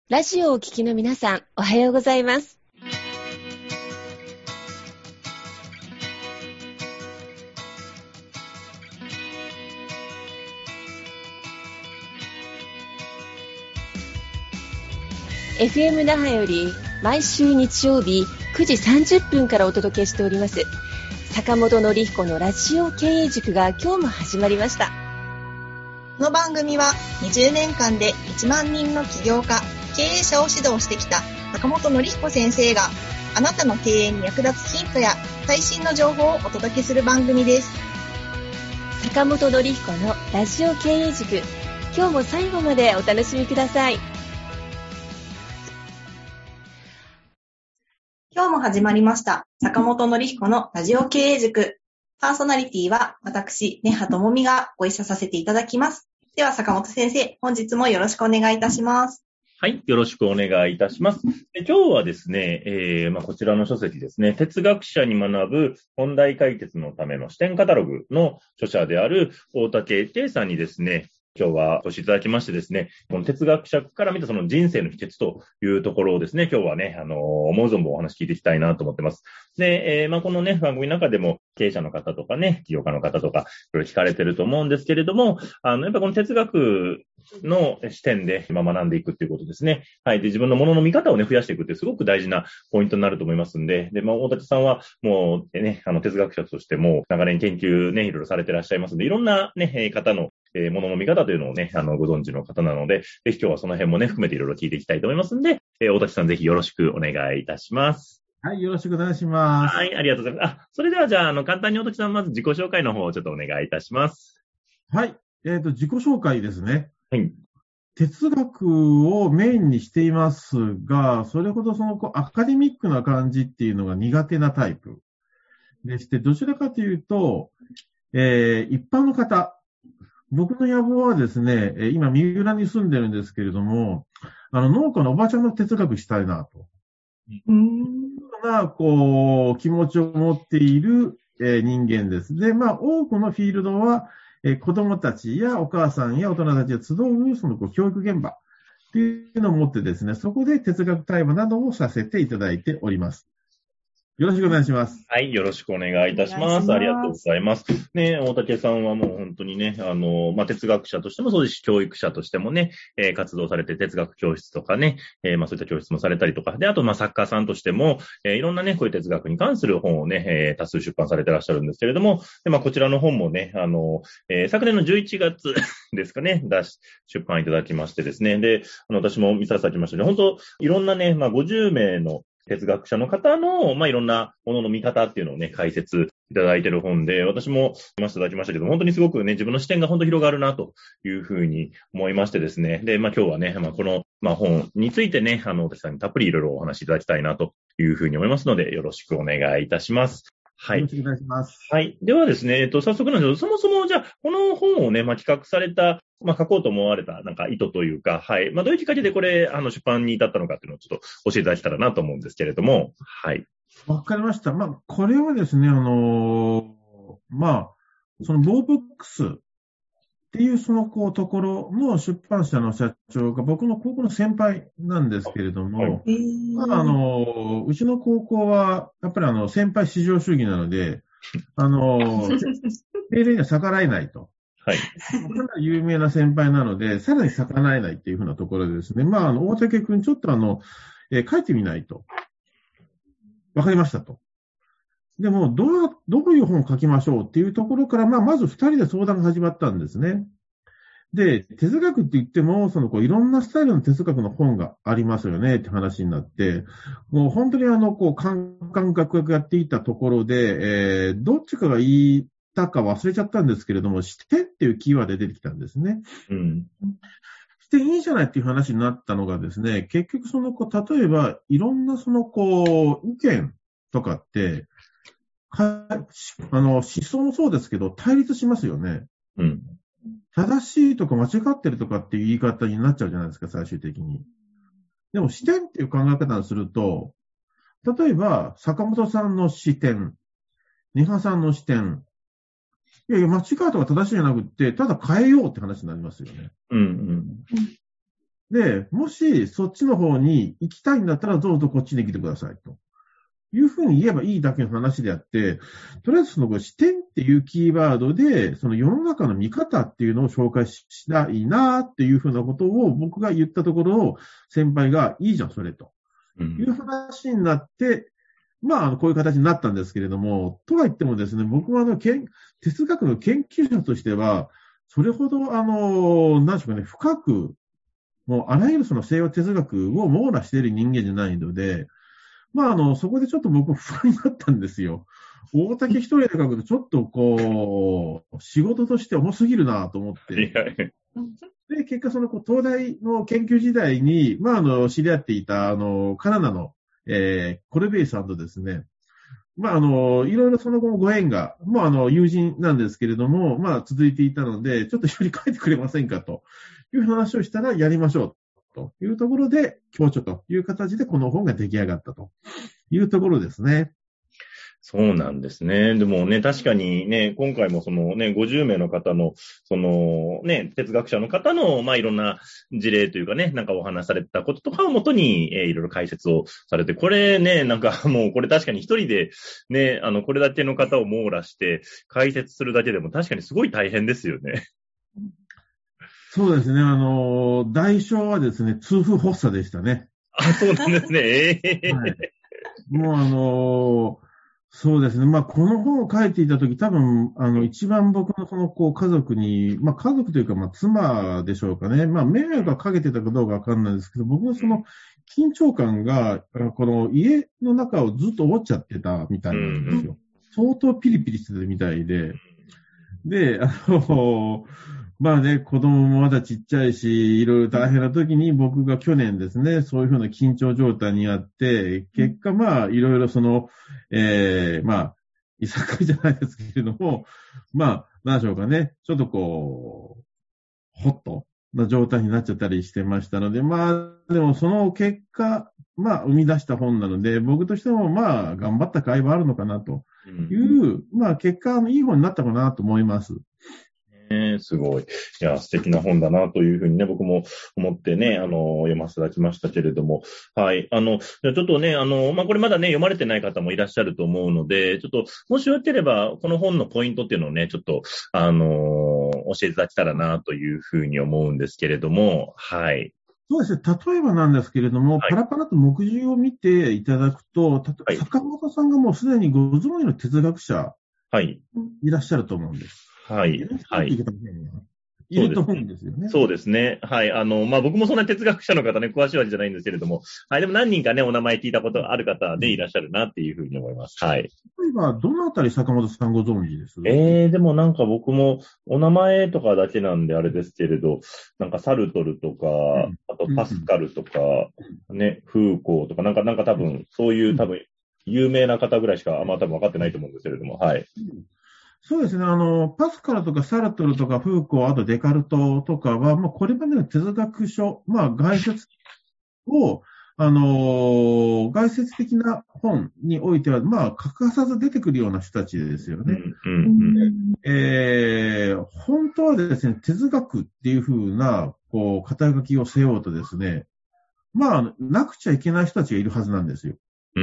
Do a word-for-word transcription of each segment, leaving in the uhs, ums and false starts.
ラジオをお聞きの皆さん、おはようございます。エフエム 那覇より毎週日曜日くじさんじゅっぷんからお届けしております坂本典彦のラジオ経営塾が今日も始まりました。 この番組はにじゅうねんかんでいちまんにんの起業家、経営者を指導してきた坂本典彦先生があなたの経営に役立つヒントや最新の情報をお届けする番組です。 坂本典彦のラジオ経営塾、今日も最後までお楽しみください。 今日も始まりました坂本典彦のラジオ経営塾。パーソナリティは私根葉智美がご一緒させていただきます。では坂本先生、本日もよろしくお願いいたします。 はい。よろしくお願いいたします。で今日はですね、えーまあ、こちらの書籍ですね、哲学者に学ぶ問題解決のための視点カタログの著者である大竹圭さんにですね、今日はお越しいただきましてですね、この哲学者から見たその人生の秘訣というところをですね、今日はね、あの、思う存分お話聞いていきたいなと思ってます。で、えー、まあ、このね、番組の中でも経営者の方とかね、起業家の方とか、いろいろ聞かれてると思うんですけれども、あの、やっぱこの哲学の視点で今学んでいくっていうことですね。はい。で、自分のものの見方をね、増やしていくってすごく大事なポイントになると思いますんで、で、まあ、大竹さんはもうね、あの、哲学者としても長年研究ね、いろいろされてらっしゃいますんで、いろんなね、方のえー、ものの見方というのをね、あの、ご存知の方なので、ぜひ今日はその辺もね、含めていろいろ聞いていきたいと思いますんで、えー、大竹さんぜひよろしくお願いいたします。 はい、よろしくお願いします。 はい、ありがとうございます。あ、それではじゃあ、あの、簡単に大竹さん、まず自己紹介の方をちょっとお願いいたします。 はい、えっと、自己紹介ですね。 はい。 哲学をメインにしていますが、それほどそのこうアカデミックな感じっていうのが苦手なタイプでして、どちらかというと、えー、一般の方、僕の野望はですね、今、三浦に住んでるんですけれども、あの、農家のおばちゃんの哲学したいなと。 うーん。 が、こう、気持ちを持っている、えー、人間です。で、まあ、多くのフィールドは、えー、子供たちやお母さんや大人たちが集う、そのこう教育現場っていうのを持ってですね、そこで哲学対話などをさせていただいております。よろしくお願いします。 はい。よろしくお願いいたします。ありがとうございます。ね、大竹さんはもう本当にね、あの、まあ、哲学者としてもそうですし、教育者としてもね、えー、活動されて哲学教室とかね、えー、まあ、そういった教室もされたりとか、で、あと、まあ、作家さんとしても、えー、いろんなね、こういう哲学に関する本をね、えー、多数出版されてらっしゃるんですけれども、で、まあ、こちらの本もね、あの、えー、昨年のじゅういちがつですかね、出し、出版いただきましてですね、で、あの、私も見させていただきましたね、本当、いろんなね、まあ、ごじゅうめいの哲学者の方の、まあ、いろんなものの見方っていうのをね、解説いただいている本で、私も読ませていただきましたけど、本当にすごくね、自分の視点が本当広がるなというふうに思いましてですね。で、まあ、今日はね、まあ、この、まあ、本についてね、あの、大竹さんにたっぷりいろいろお話しいただきたいなというふうに思いますので、よろしくお願いいたします。はい。 よろしくお願いします。 はい。ではですね、えっと、早速なんですけど、そもそもじゃあ、この本をね、まあ、企画された、まあ、書こうと思われた、なんか意図というか、はい。まあ、どういうきっかけでこれ、あの、出版に至ったのかっていうのをちょっと教えていただけたらなと思うんですけれども、はい。 わかりました。まあ、これはですね、あのー、まあ、その、ボーブックスっていうその、こう、ところの出版社の社長が僕の高校の先輩なんですけれども、はい、まあ、あのー、うちの高校は、やっぱりあの、先輩至上主義なので、あのー、命令には逆らえないと。はい。かなり有名な先輩なので、さらに逆らえないっていうふうなところでですね、まあ、あの、大竹くん、ちょっとあの、えー、書いてみないと。わかりましたと。でも、どう、どういう本を書きましょうっていうところから、まあ、まず二人で相談が始まったんですね。で、哲学って言っても、その、こう、いろんなスタイルの哲学の本がありますよねって話になって、もう本当にあの、こう、感覚がやっていたところで、えー、どっちかが言いたか忘れちゃったんですけれども、視点っていうキーワードで出てきたんですね。うん。視点いいじゃないっていう話になったのがですね、結局その、こう、例えば、いろんなその、こう、意見とかって、かあの、思想もそうですけど、対立しますよね。うん。正しいとか間違ってるとかっていう言い方になっちゃうじゃないですか、最終的に。でも視点っていう考え方にすると、例えば、坂本さんの視点、根葉さんの視点、いやいや、間違いとか正しいじゃなくて、ただ変えようって話になりますよね。うんうん。 で、もしそっちの方に行きたいんだったらどうぞこっちに来てくださいと。いうふうに言えばいいだけの話であって、とりあえずその視点っていうキーワードで、その世の中の見方っていうのを紹介したいなっていうふうなことを僕が言ったところを先輩がいいじゃん、それと。いう話になって、まあ、こういう形になったんですけれども、とは言ってもですね、僕はあの、哲学の研究者としては、それほどあの、何でしょうかね、深く、もうあらゆるその西洋哲学を網羅している人間じゃないので、まあ、あの、そこでちょっと僕不安になったんですよ。大竹一人で書くとちょっとこう、仕事として重すぎるなと思って。で、結果その東大の研究時代に、まあ、あの、知り合っていた、あの、カナダの、えー、コルベイさんとですね、まあ、あの、いろいろその後もご縁が、もうあの、友人なんですけれども、まあ、続いていたので、ちょっと一緒に書いてくれませんかという話をしたらやりましょう。というところで、共著という形でこの本が出来上がったというところですね。 そうなんですね。でもね、確かにね、今回もそのね、ごじゅうめいの方の、そのね、哲学者の方の、まあいろんな事例というかね、なんかお話しされたこととかをもとに、えー、いろいろ解説をされて、これね、なんかもうこれ確かに一人でね、あの、これだけの方を網羅して解説するだけでも確かにすごい大変ですよね。 そうですね。あの、代償はですね、痛風発作でしたね。 あ、そうなんですね。ええーはい。 もうあの、そうですね。まあ、この本を書いていたとき、多分、あの、一番僕のその、こう、家族に、まあ、家族というか、まあ、妻でしょうかね。まあ、迷惑がかけてたかどうかわかんないですけど、僕のその、緊張感が、この家の中をずっと覆っちゃってたみたいなんですよ。相当ピリピリしてたみたいで。で、あの、まあね、子供もまだちっちゃいし、いろいろ大変な時に僕が去年ですね、そういうふうな緊張状態にあって、結果まあ、いろいろその、ええー、まあ、いさかいじゃないですけれども、まあ、なんでしょうかね、ちょっとこう、ホットな状態になっちゃったりしてましたので、まあ、でもその結果、まあ、生み出した本なので、僕としてもまあ、頑張った甲斐はあるのかなという、うん、まあ、結果、いい本になったかなと思います。 ね、すごい。いや、素敵な本だなというふうにね、僕も思ってね、あの、読ませていただきましたけれども。はい。あの、ちょっとね、あの、まあ、これまだね、読まれてない方もいらっしゃると思うので、ちょっと、もしよければ、この本のポイントっていうのをね、ちょっと、あの、教えていただけたらなというふうに思うんですけれども、はい。 そうですね。例えばなんですけれども、はい、パラパラと目次を見ていただくと、はい、坂本さんがもうすでにご存知の哲学者、はい。いらっしゃると思うんです。 はい。はい。 いると思うんですよね。 そうですね。はい。あの、まあ、僕もそんな哲学者の方ね、詳しいわけじゃないんですけれども、はい。でも何人かね、お名前聞いたことある方でいらっしゃるなっていうふうに思います。はい。 例えば、どのあたり坂本さんご存知です？ ええー、でもなんか僕もお名前とかだけなんであれですけれど、なんかサルトルとか、うん、あとパスカルとか、うん、ね、フーコーとか、なんか、なんか多分、そういう多分、有名な方ぐらいしか、あんま多分分かってないと思うんですけれども、はい。 うんそうですね。あの、パスカルとかサルトルとかフーコー、あとデカルトとかは、もうこれまでの哲学書、まあ概説を、あの、概説的な本においては、まあ欠かさず出てくるような人たちですよね。うんうんうんえー、本当はですね、哲学っていう風な、こう、肩書きを背負うとですね、まあ、なくちゃいけない人たちがいるはずなんですよ。 うん。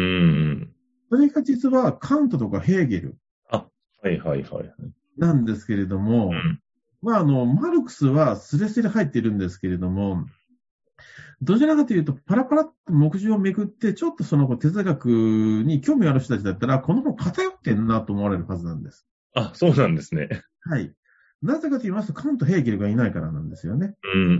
それが実はカントとかヘーゲル。 はいはいはい。 なんですけれども、うん、まああの、マルクスはスレスレ入っているんですけれども、どちらかというと、パラパラっと目次をめくって、ちょっとその哲学に興味ある人たちだったら、この本偏ってんなと思われるはずなんです。 あ、そうなんですね。 はい。なぜかと言いますと、カント・ヘーゲルがいないからなんですよね。 うんうん。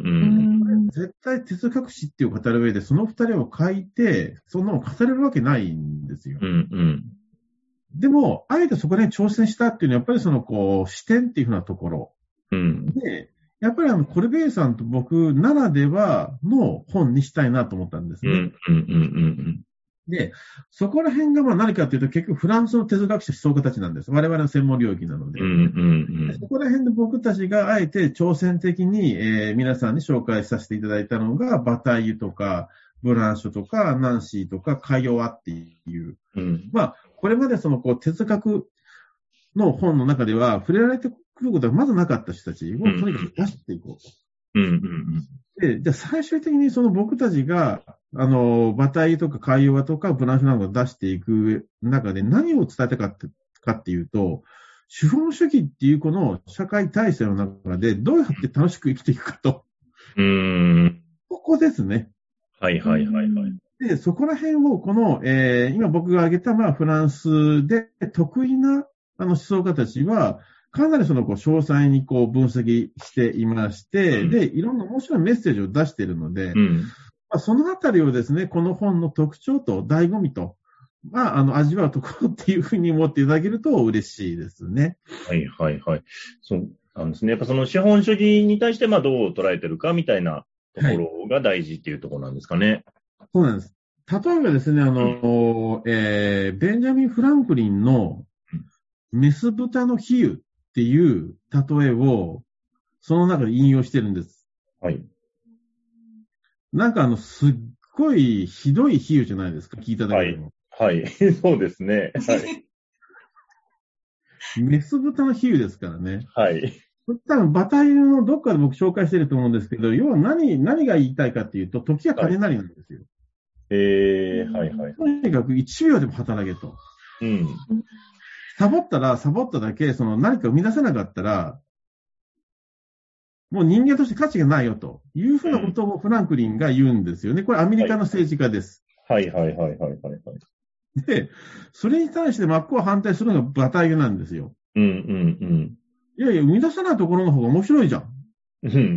絶対哲学史っていう語る上で、その二人を書いて、そんなの語れるわけないんですよ。 うんうんでも、あえてそこで挑戦したっていうのは、やっぱりその、こう、視点っていうふうなところ。 うん。 で、やっぱりあの、コルベイさんと僕ならではの本にしたいなと思ったんですね。 うん、うん、うん、うん。 で、そこら辺がまあ何かというと、結局フランスの哲学者思想家たちなんです。我々の専門領域なので。 うん、うん、うん。 そこら辺で僕たちがあえて挑戦的に、えー、皆さんに紹介させていただいたのが、バタイユとか、ブランシュとか、ナンシーとか、カヨアっていう。 うん、 まあ、これまでそのこう哲学の本の中では触れられてくることがまずなかった人たちをとにかく出していこうと。 うんうんうん。 で、じゃあ最終的にその僕たちが、あの、馬体とか海洋画とかブランシュなんかを出していく中で何を伝えたかって、かっていうと、資本主義っていうこの社会体制の中でどうやって楽しく生きていくかと。 うーん。 ここですね。 はいはいはいはい。 で、そこら辺をこの、えー、今僕が挙げた、まあ、フランスで得意なあの思想家たちは、かなりそのこう詳細にこう分析していまして、うん、で、いろんな面白いメッセージを出しているので、うんまあ、そのあたりをですね、この本の特徴と醍醐味と、まあ、あの、味わうところっていうふうに思っていただけると嬉しいですね。 はいはいはい。そうなんですね。やっぱその資本主義に対してまあどう捉えてるかみたいなところが大事っていうところなんですかね。 はい、そうなんです。例えばですね、あの、うんえー、ベンジャミン・フランクリンのメス豚の比喩っていう例えを、その中で引用してるんです。 はい。 なんかあの、すっごいひどい比喩じゃないですか、聞いただけでも。 はい。はい、そうですね。はい。 メス豚の比喩ですからね。 はい。 多分、馬体のどっかで僕紹介してると思うんですけど、要は何、何が言いたいかっていうと、時は金なりなんですよ。はい、 えー、はいはい。 とにかくいちびょうでも働けと。 うん。 サボったら、サボっただけ、その何か生み出せなかったら、もう人間として価値がないよというふうなことをフランクリンが言うんですよね。これアメリカの政治家です。 はいはいはいはいはい、はい。 で、それに対して真っ向反対するのが馬体なんですよ。 うんうんうん。 いやいや、生み出さないところの方が面白いじゃん。 うんうんうん。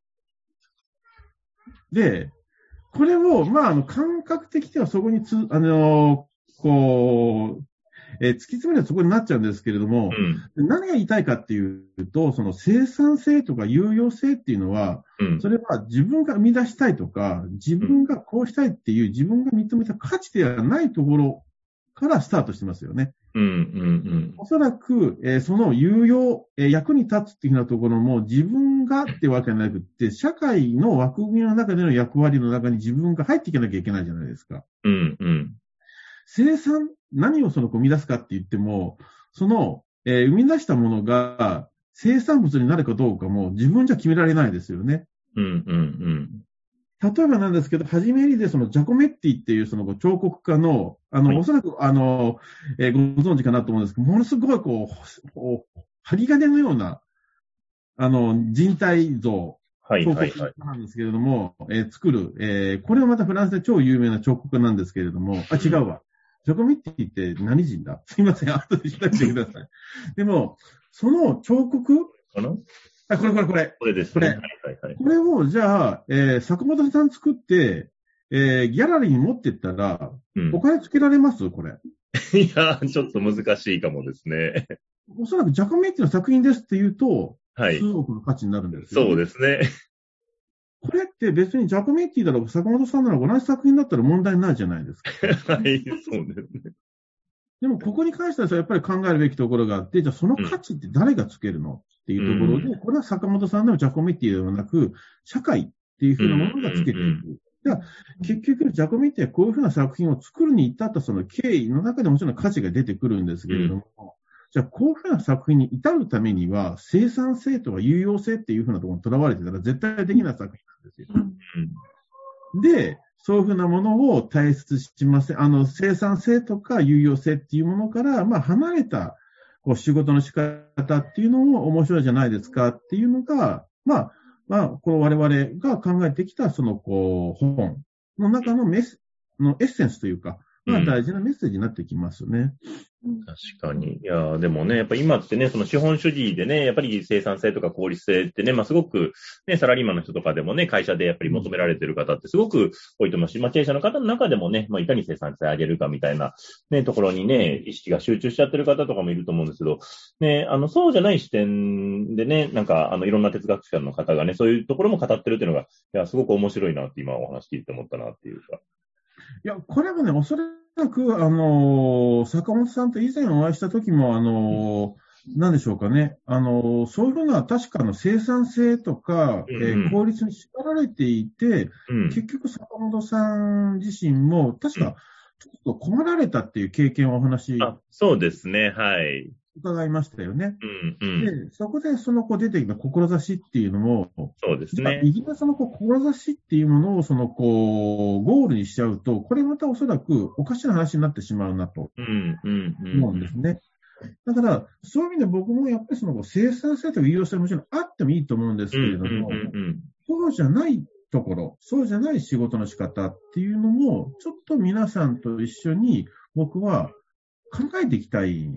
で、これを、まあ、あの、感覚的にはそこにつ、あの、こう、えー、突き詰めるとそこになっちゃうんですけれども、うん、何が言いたいかっていうと、その生産性とか有用性っていうのは、うん、それは自分が生み出したいとか、自分がこうしたいっていう自分が認めた価値ではないところからスタートしてますよね。 うんうんうん、 おそらく、えー、その有用、えー、役に立つっていうようなところも自分がってわけじゃなくて、社会の枠組みの中での役割の中に自分が入っていかなきゃいけないじゃないですか。 うんうん、 生産、何をその生み出すかって言っても、その、えー、生み出したものが生産物になるかどうかも自分じゃ決められないですよね。 うんうんうん、 例えばなんですけど、はじめにでそのジャコメッティっていうその彫刻家の、あの、はい、おそらくあの、えー、ご存知かなと思うんですけど、ものすごいこう、こう針金のような、あの、人体像、彫刻家なんですけれども、はいはいはい、えー、作る、えー、これはまたフランスで超有名な彫刻家なんですけれども、あ、違うわ。ジャコメッティって何人だ？すいません、後で調べてください。でも、その彫刻かなあ、これこれこれ。 これですね。 これ。 はいはいはい、 これを、じゃあ、えー、坂本さん作って、えー、ギャラリーに持ってったら、うん、お金つけられますこれ。 いや、ちょっと難しいかもですね。 おそらくジャコメッティの作品ですって言うと、 はい。 数億の価値になるんですよ、ね。 そうですね。 これって別にジャコメッティだろう坂本さんなら同じ作品だったら問題ないじゃないですか。 はい、そうですね。 でもここに関してはやっぱり考えるべきところがあって、じゃあその価値って誰がつけるの、うん、っていうところで、これは坂本さんのジャコメッティではなく、社会っていうふうなものがつけていく。うんうんうん、じゃあ結局ジャコメッティはこういうふうな作品を作るに至ったその経緯の中でもちろん価値が出てくるんですけれども、うん、じゃあこういうふうな作品に至るためには生産性とか有用性っていうふうなところにとらわれてたら絶対的な作品なんですよ。うん、で、そういうふうなものを大切しません。あの、生産性とか有用性っていうものから、まあ、離れた、こう、仕事の仕方っていうのも面白いじゃないですかっていうのが、まあ、まあ、この我々が考えてきた、その、こう、本の中のメス、のエッセンスというか、まあ、大事なメッセージになってきますね。 うん、確かに。いや、でもね、やっぱ今ってね、その資本主義でね、やっぱり生産性とか効率性ってね、まあすごく、ね、サラリーマンの人とかでもね、会社でやっぱり求められてる方ってすごく多いと思うし、まあ経営者の方の中でもね、まあいかに生産性上げるかみたいな、ね、ところにね、意識が集中しちゃってる方とかもいると思うんですけど、ね、あの、そうじゃない視点でね、なんか、あの、いろんな哲学者の方がね、そういうところも語ってるっていうのが、いや、すごく面白いなって今お話聞いて思ったなっていうか。 いや、これはね、おそらく、あのー、坂本さんと以前お会いした時も、あのー、なんでしょうかね、あのー、そういうふうな確かの生産性とか、うんうんえー、効率に縛られていて、うん、結局坂本さん自身も、確か、ちょっと困られたっていう経験をお話し、 あ、そうですね、はい。 伺いましたよね。 うんうん、 で、そこでそのこう出てきた志っていうのも、 そうですね。 いきなりそのこう志っていうものをそのこうゴールにしちゃうと、これまたおそらくおかしな話になってしまうなと思うんですね。だから、そういう意味で僕もやっぱりその生産性とか有用性はもちろんあってもいいと思うんですけれども、そうじゃないところ、そうじゃない仕事の仕方っていうのも、ちょっと皆さんと一緒に僕は考えていきたい。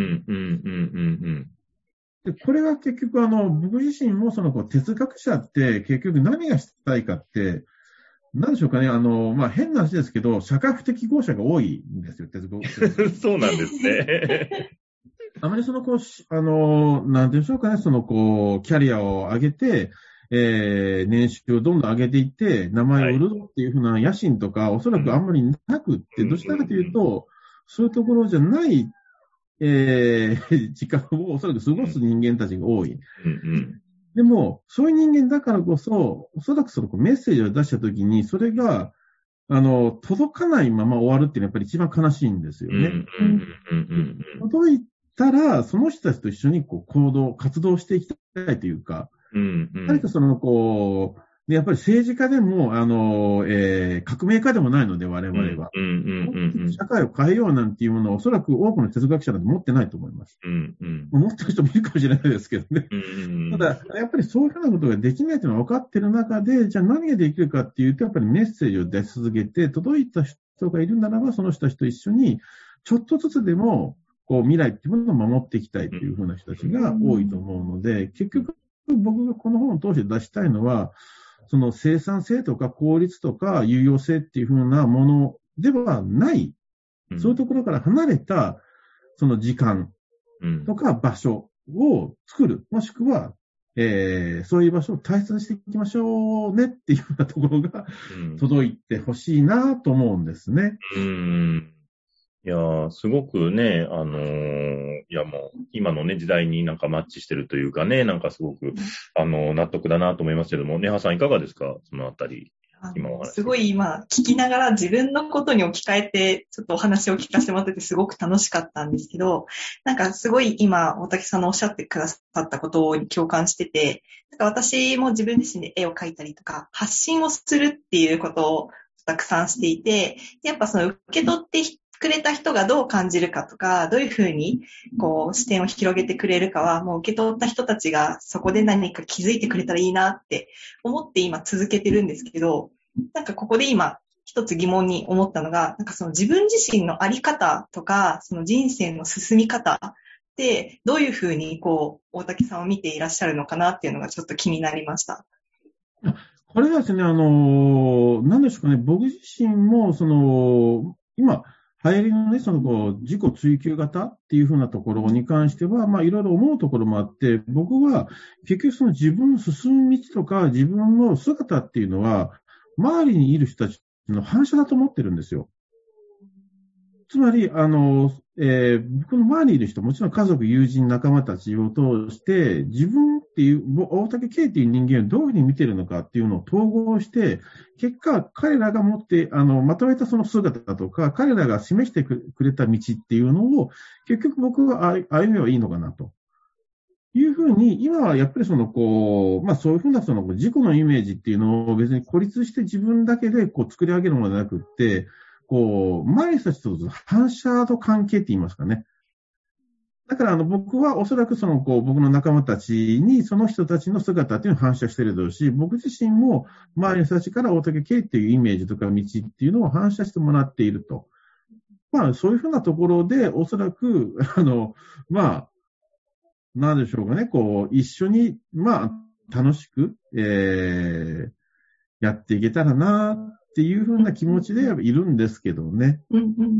で、これが結局あの、僕自身もそのこう哲学者って結局何がしたいかって、なんでしょうかね、あの、まあ、変な話ですけど、社会不適合者が多いんですよ、哲学者。 そうなんですね。 あまりその、こう、あの、なんていうんでしょうかね、その、こう、キャリアを上げて、えー、年収をどんどん上げていって、名前を売るぞっていうふうな野心とか、はい、おそらくあんまりなくって、うん、どちらかというと、そういうところじゃない、えー、時間をおそらく過ごす人間たちが多い。うんうん、でも、そういう人間だからこそ、おそらくそのメッセージを出したときに、それが、あの、届かないまま終わるっていうのはやっぱり一番悲しいんですよね。届いたら、その人たちと一緒にこう行動、活動していきたいというか、うんうん、何かその、こう、でやっぱり政治家でも、あの、えー、革命家でもないので、我々は。社会を変えようなんていうものを、おそらく多くの哲学者なんて持ってないと思います。うんうん、持ってる人もいるかもしれないですけどね。うんうん、ただ、やっぱりそういうふうなことができないというのは分かっている中で、じゃあ何ができるかっていうと、やっぱりメッセージを出し続けて、届いた人がいるならば、その人たちと一緒に、ちょっとずつでも、こう、未来っていうものを守っていきたいというふうな人たちが多いと思うので、結局、僕がこの本を通して出したいのは、その生産性とか効率とか有用性っていうふうなものではない、うん、そういうところから離れた、その時間とか場所を作る、もしくは、えー、そういう場所を大切にしていきましょうねっていうようなところが届いてほしいなと思うんですね。 うんうんいやー、すごくね、あのー、いやもう、今のね、時代になんかマッチしてるというかね、なんかすごく、あのー、納得だなと思いますけども、ネハさんいかがですかそのあたり。 今お話すごい今、聞きながら自分のことに置き換えて、ちょっとお話を聞かせてもらっててすごく楽しかったんですけど、なんかすごい今、大竹さんのおっしゃってくださったことに共感してて、なんか私も自分自身で絵を描いたりとか、発信をするっていうことをたくさんしていて、やっぱその受け取ってくれた人がどう感じるかとか、どういうふうにこう視点を広げてくれるかは、もう受け取った人たちがそこで何か気づいてくれたらいいなって思って今続けてるんですけど、なんかここで今一つ疑問に思ったのが、なんかその自分自身のあり方とか、その人生の進み方ってどういうふうにこう大竹さんを見ていらっしゃるのかなっていうのがちょっと気になりました。 これはですね、あの、なんでしょうかね、僕自身もその今流行りのね、そのこう自己追求型っていうふうなところに関しては、まあいろいろ思うところもあって、僕は結局その自分の進む道とか自分の姿っていうのは、周りにいる人たちの反射だと思ってるんですよ。つまり、あの、えー、僕の周りにいる人、もちろん家族、友人、仲間たちを通して、自分っていう、大竹圭っていう人間をどういうふうに見てるのかっていうのを統合して、結果、彼らが持って、あの、まとめたその姿とか、彼らが示してくれた道っていうのを、結局僕は歩めばいいのかなと。いうふうに、今はやっぱりその、こう、まあそういうふうなその自己のイメージっていうのを別に孤立して自分だけでこう作り上げるものではなくって、こう、周りの人たちと反射と関係って言いますかね。だからあの僕はおそらくそのこう僕の仲間たちにその人たちの姿っていうのを反射しているだろうし、僕自身も周りの人たちから大竹圭っていうイメージとか道っていうのを反射してもらっていると。まあそういうふうなところでおそらく、あの、まあ、なんでしょうかね、こう、一緒に、まあ、楽しく、えー、やっていけたらな、っていうふうな気持ちでいるんですけどね。うんうんうんうん、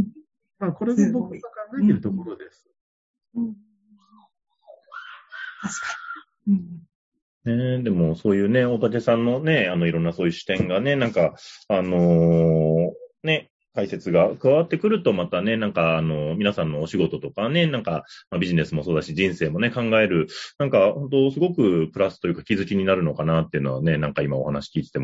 まあ、これで僕が考えているところです。うんうん、 確かに。うんね、でも、そういうね、大竹さんのね、あの、いろんなそういう視点がね、なんか、あのー、ね、解説が加わってくると、またね、なんか、あの、皆さんのお仕事とかね、なんか、まあ、ビジネスもそうだし、人生もね、考える、なんか、本当すごくプラスというか気づきになるのかなっていうのはね、なんか今お話聞いてても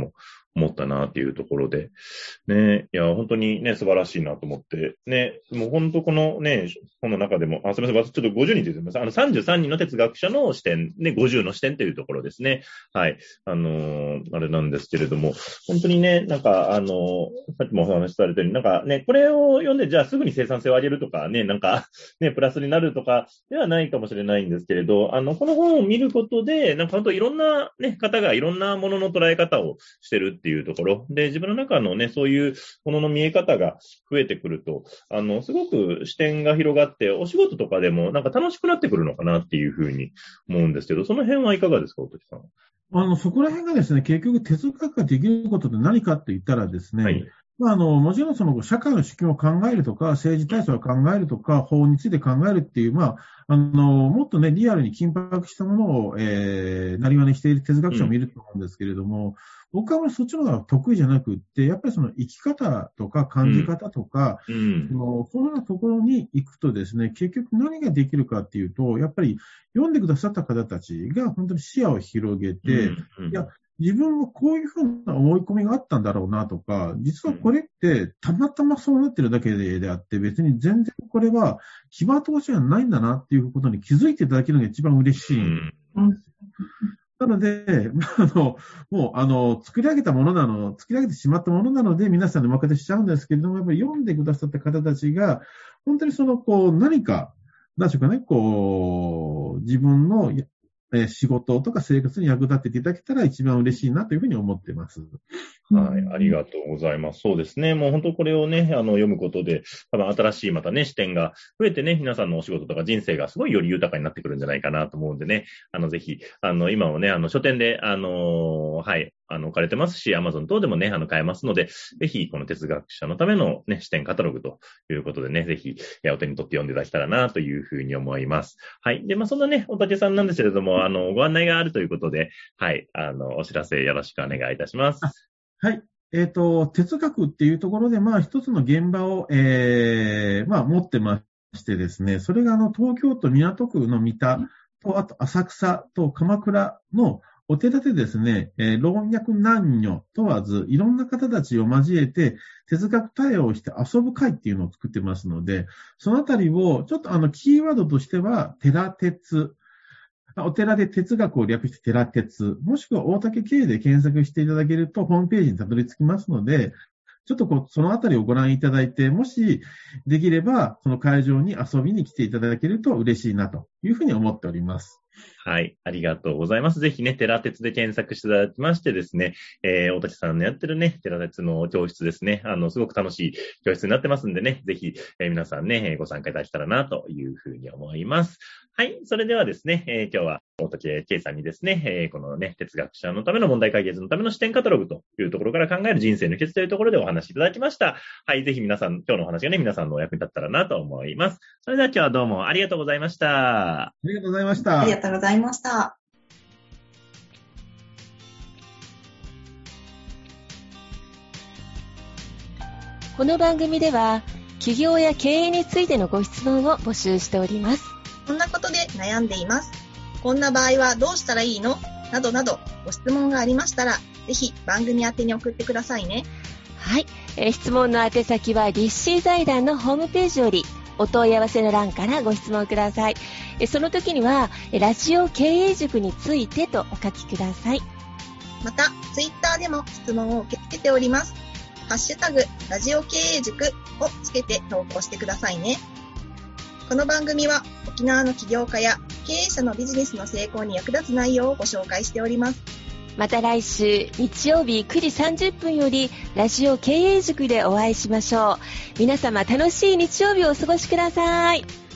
思ったなっていうところで。ね、いや、本当にね、素晴らしいなと思って。ね、もう本当このね、本の中でも、あ、すみません、私ちょっとごじゅうにんって言ってます。あの、さんじゅうさんにんの哲学者の視点、ね、ごじゅうの視点というところですね。はい。あのー、あれなんですけれども、本当にね、なんか、あのー、さっきもお話しされたように、なんかね、これを読んで、じゃあすぐに生産性を上げるとかね、なんか、ね、プラスになるとかではないかもしれないんですけれど、あの、この本を見ることで、なんか本当いろんなね、方がいろんなものの捉え方をしてるっていうところで、自分の中のね、そういうものの見え方が増えてくると、あの、すごく視点が広がって、お仕事とかでもなんか楽しくなってくるのかなっていうふうに思うんですけど、その辺はいかがですか、大竹さん。 あの、そこら辺がですね、結局哲学ができることって何かって言ったらですね、はい、まあ、あの、もちろんその社会の仕組みを考えるとか、政治体制を考えるとか、法について考えるっていう、まあ、あの、もっとね、リアルに緊迫したものを、えー、なりわねしている哲学者もいると思うんですけれども、うん、僕はそっちの方が得意じゃなくって、やっぱりその生き方とか感じ方とか、うん、そのそのようなところに行くとですね、結局何ができるかっていうと、やっぱり読んでくださった方たちが本当に視野を広げて、うんうん、いや、自分はこういうふうな思い込みがあったんだろうなとか、実はこれってたまたまそうなってるだけであって、別に全然これは騎馬通しじゃないんだなっていうことに気づいていただけるのが一番嬉しい。うんなので、あの、もう、あの、作り上げたものなの、作り上げてしまったものなので、皆さんにお任せしちゃうんですけれども、やっぱり読んでくださった方たちが、本当にその、こう、何か、何でしょうかね、こう、自分の、えー、仕事とか生活に役立てていただけたら一番嬉しいなというふうに思っています。 はい、ありがとうございます。そうですね。もう本当これをね、あの、読むことで、多分新しいまたね、視点が増えてね、皆さんのお仕事とか人生がすごいより豊かになってくるんじゃないかなと思うんでね、あの、ぜひ、あの、今もね、あの、書店で、あの、はい、あの、置かれてますし、Amazon 等でもね、あの、買えますので、ぜひ、この哲学者のためのね、視点カタログということでね、ぜひ、お手に取って読んでいただけたらな、というふうに思います。はい。で、まあ、そんなね、大竹さんなんですけれども、あの、ご案内があるということで、はい、あの、お知らせよろしくお願いいたします。 はい。えっと、哲学っていうところで、まあ、一つの現場を、ええー、まあ、持ってましてですね、それがあの、東京都港区の三田と、あと浅草と鎌倉のお寺でですね、えー、老若男女問わず、いろんな方たちを交えて、哲学対応をして遊ぶ会っていうのを作ってますので、そのあたりを、ちょっとあの、キーワードとしては、寺哲、お寺で哲学を略して寺哲、もしくは大竹経営で検索していただけるとホームページにたどり着きますので、ちょっとこう、そのあたりをご覧いただいて、もしできれば、その会場に遊びに来ていただけると嬉しいなというふうに思っております。 はい。ありがとうございます。ぜひね、寺哲で検索していただきましてですね、えー、大竹さんのやってるね、寺哲の教室ですね、あの、すごく楽しい教室になってますんでね、ぜひ、えー、皆さんね、ご参加いただけたらな、というふうに思います。はい。それではですね、えー、今日は大竹圭さんにですね、えー、このね、哲学者のための問題解決のための視点カタログというところから考える人生の秘訣というところでお話しいただきました。はい。ぜひ皆さん、今日のお話がね、皆さんのお役に立ったらなと思います。それでは今日はどうもありがとうございました。 ありがとうございました。 ありがとうございました。 この番組では起業や経営についてのご質問を募集しております。 こんなことで悩んでいます。こんな場合はどうしたらいいのなどなどご質問がありましたら、ぜひ番組宛てに送ってくださいね。 はい、えー、質問の宛先は立志財団のホームページよりお問い合わせの欄からご質問ください。えー、その時にはラジオ経営塾についてとお書きください。 またツイッターでも質問を受け付けております。ハッシュタグラジオ経営塾をつけて投稿してくださいね。この番組は沖縄の起業家や経営者のビジネスの成功に役立つ内容をご紹介しております。 また来週日曜日くじさんじゅっぷんよりラジオ経営塾でお会いしましょう。皆様楽しい日曜日をお過ごしください。